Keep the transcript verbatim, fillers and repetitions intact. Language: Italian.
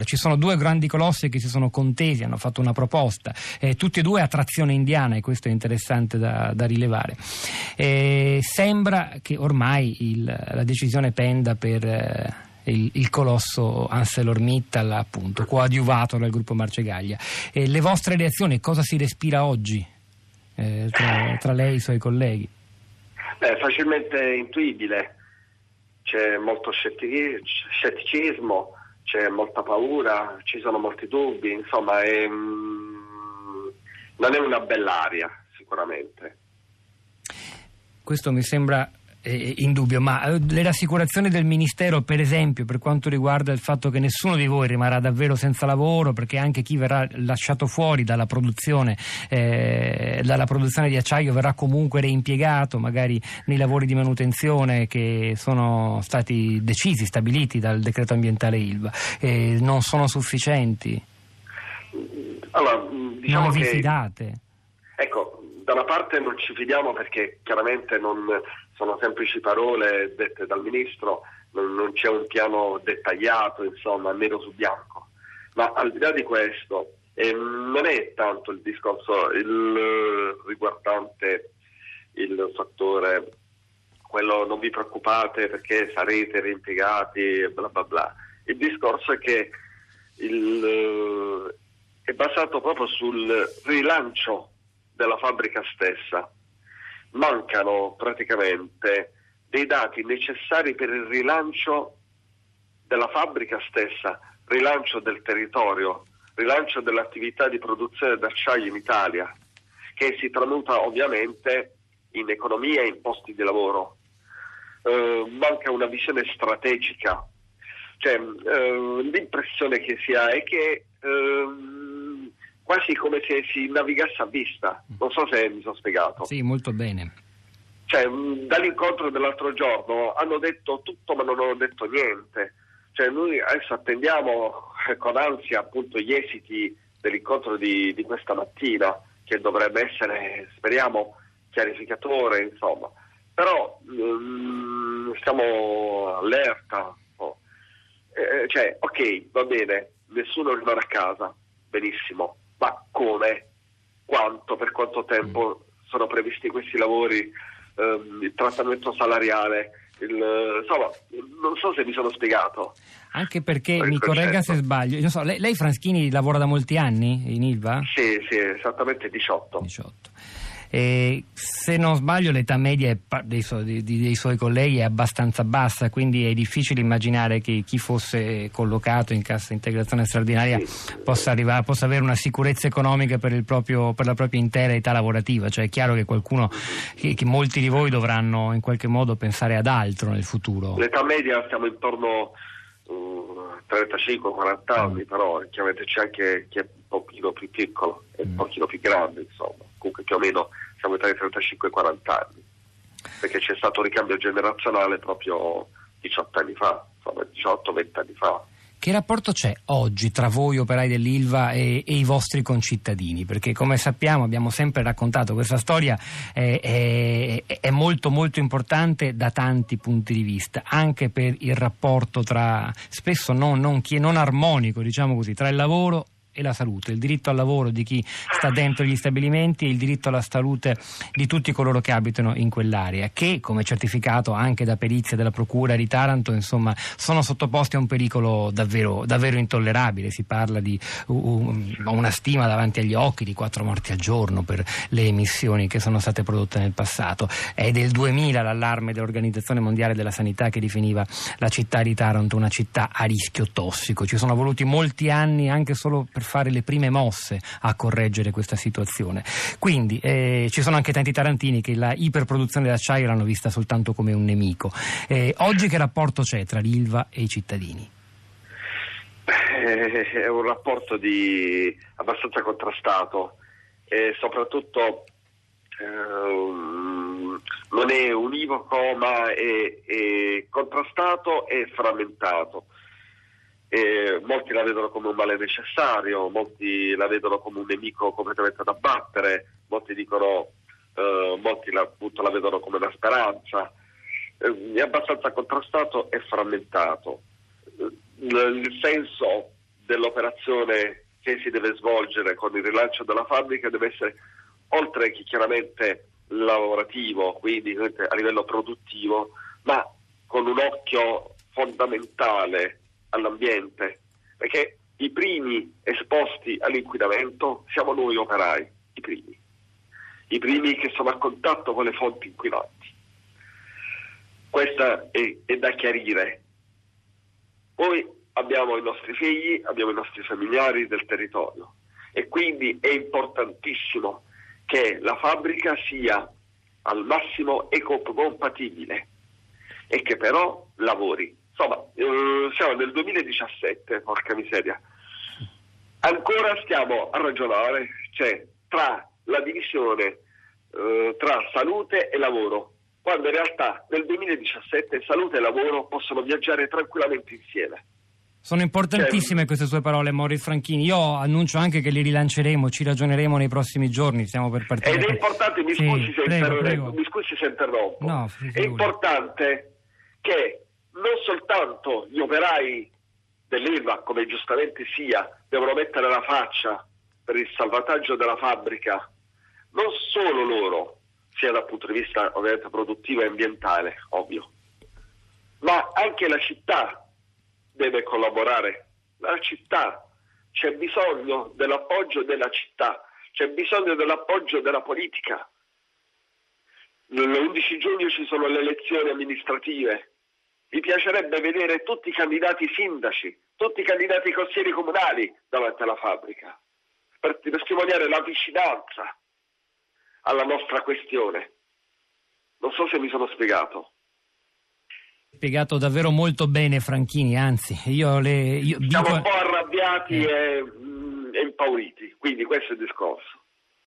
ci sono due grandi colossi che si sono contesi, hanno fatto una proposta, eh, tutti e due a trazione indiana, e questo è interessante da, da rilevare. Eh, sembra che ormai il, la decisione penda per eh, il, il colosso ArcelorMittal, appunto, coadiuvato dal gruppo Marcegaglia. Eh, le vostre reazioni, cosa si respira oggi eh, tra, tra lei e i suoi colleghi? Beh, facilmente intuibile. C'è molto scetticismo, c'è molta paura, ci sono molti dubbi, insomma è, mm, non è una bell'aria sicuramente. Questo mi sembra eh, indubbio, ma eh, le rassicurazioni del Ministero, per esempio, per quanto riguarda il fatto che nessuno di voi rimarrà davvero senza lavoro, perché anche chi verrà lasciato fuori dalla produzione eh, dalla produzione di acciaio verrà comunque reimpiegato magari nei lavori di manutenzione che sono stati decisi, stabiliti dal decreto ambientale Ilva, eh, non sono sufficienti? Allora, diciamo non vi che, fidate? Ecco, da una parte non ci fidiamo perché chiaramente non sono semplici parole dette dal Ministro, non, non c'è un piano dettagliato, insomma, nero su bianco. Ma al di là di questo, eh, non è tanto il discorso il, eh, riguardante il fattore, quello non vi preoccupate perché sarete reimpiegati e bla bla bla. Il discorso è che il, eh, è basato proprio sul rilancio della fabbrica stessa. Mancano praticamente dei dati necessari per il rilancio della fabbrica stessa, rilancio del territorio, rilancio dell'attività di produzione d'acciaio in Italia, che si tramuta ovviamente in economia e in posti di lavoro. Eh, manca una visione strategica, cioè eh, l'impressione che si ha è che eh, quasi come se si navigasse a vista, non so se mi sono spiegato. Sì, molto bene. Cioè, dall'incontro dell'altro giorno hanno detto tutto ma non hanno detto niente. Cioè, noi adesso attendiamo con ansia appunto gli esiti dell'incontro di, di questa mattina, che dovrebbe essere, speriamo, chiarificatore, insomma. Però um, stiamo allerta. Oh. Eh, cioè, ok, va bene, nessuno rimarrà a casa, benissimo. Ma come? Quanto? Per quanto tempo sono previsti questi lavori? Ehm, il trattamento salariale? Il, insomma, non so se mi sono spiegato. Anche perché, mi corregga se sbaglio, non so, lei, lei Franschini lavora da molti anni in Ilva? Sì, sì, esattamente diciotto. diciotto. E se non sbaglio l'età media dei, su- dei, dei suoi colleghi è abbastanza bassa, quindi è difficile immaginare che chi fosse collocato in cassa integrazione straordinaria sì. possa arrivare, possa avere una sicurezza economica per, il proprio, per la propria intera età lavorativa. Cioè è chiaro che qualcuno, che, che molti di voi dovranno in qualche modo pensare ad altro nel futuro. L'età media stiamo intorno uh, trentacinque quaranta anni, mm. però chiaramente c'è anche chi è un pochino più piccolo e un mm. pochino più grande, insomma. Comunque più o meno siamo tra i trentacinque e i quaranta anni, perché c'è stato un ricambio generazionale proprio diciotto anni fa, insomma diciotto venti anni fa. Che rapporto c'è oggi tra voi operai dell'Ilva e, e i vostri concittadini? Perché come sappiamo, abbiamo sempre raccontato, questa storia è, è, è molto molto importante da tanti punti di vista, anche per il rapporto tra, spesso non, non, non armonico, diciamo così, tra il lavoro e la salute, il diritto al lavoro di chi sta dentro gli stabilimenti e il diritto alla salute di tutti coloro che abitano in quell'area, che, come certificato anche da perizie della Procura di Taranto, insomma, sono sottoposti a un pericolo davvero, davvero intollerabile. Si parla di uh, una stima davanti agli occhi di quattro morti al giorno per le emissioni che sono state prodotte nel passato. È del duemila l'allarme dell'Organizzazione Mondiale della Sanità che definiva la città di Taranto una città a rischio tossico. Ci sono voluti molti anni anche solo per fare le prime mosse a correggere questa situazione. Quindi eh, ci sono anche tanti tarantini che la iperproduzione d'acciaio l'hanno vista soltanto come un nemico. Eh, oggi che rapporto c'è tra l'Ilva e i cittadini? È un rapporto di abbastanza contrastato e soprattutto ehm, non è univoco, ma è, è contrastato e frammentato. E molti la vedono come un male necessario, molti la vedono come un nemico completamente da battere, molti dicono, eh, molti la, appunto, la vedono come una speranza. Eh, è abbastanza contrastato e frammentato. Il, il senso dell'operazione che si deve svolgere con il rilancio della fabbrica deve essere, oltre che chiaramente lavorativo, quindi a livello produttivo, ma con un occhio fondamentale all'ambiente, perché i primi esposti all'inquinamento siamo noi operai, i primi, i primi che sono a contatto con le fonti inquinanti. Questa è, è da chiarire. Poi abbiamo i nostri figli, abbiamo i nostri familiari del territorio e quindi è importantissimo che la fabbrica sia al massimo ecocompatibile e che però lavori. Insomma, eh, siamo nel duemiladiciassette, porca miseria. Ancora stiamo a ragionare, cioè, tra la divisione eh, tra salute e lavoro, quando in realtà nel duemiladiciassette salute e lavoro possono viaggiare tranquillamente insieme. Sono importantissime queste sue parole, Maurice Franchini. Io annuncio anche che li rilanceremo, ci ragioneremo nei prossimi giorni, stiamo per partire. Ed è importante, mi sì, scusi se prego, interrompo, prego. mi scusi se interrompo. No, è importante che non soltanto gli operai dell'Ilva, come giustamente sia, devono mettere la faccia per il salvataggio della fabbrica, non solo loro, sia dal punto di vista ovviamente produttivo e ambientale, ovvio, ma anche la città deve collaborare. La città, c'è bisogno dell'appoggio della città, c'è bisogno dell'appoggio della politica. L'undici giugno ci sono le elezioni amministrative. Mi piacerebbe vedere tutti i candidati sindaci, tutti i candidati consiglieri comunali davanti alla fabbrica, per testimoniare la vicinanza alla nostra questione. Non so se mi sono spiegato. Spiegato davvero molto bene, Franchini, anzi, io le... Io Siamo dico... un po' arrabbiati eh. e, mh, e impauriti, quindi questo è il discorso.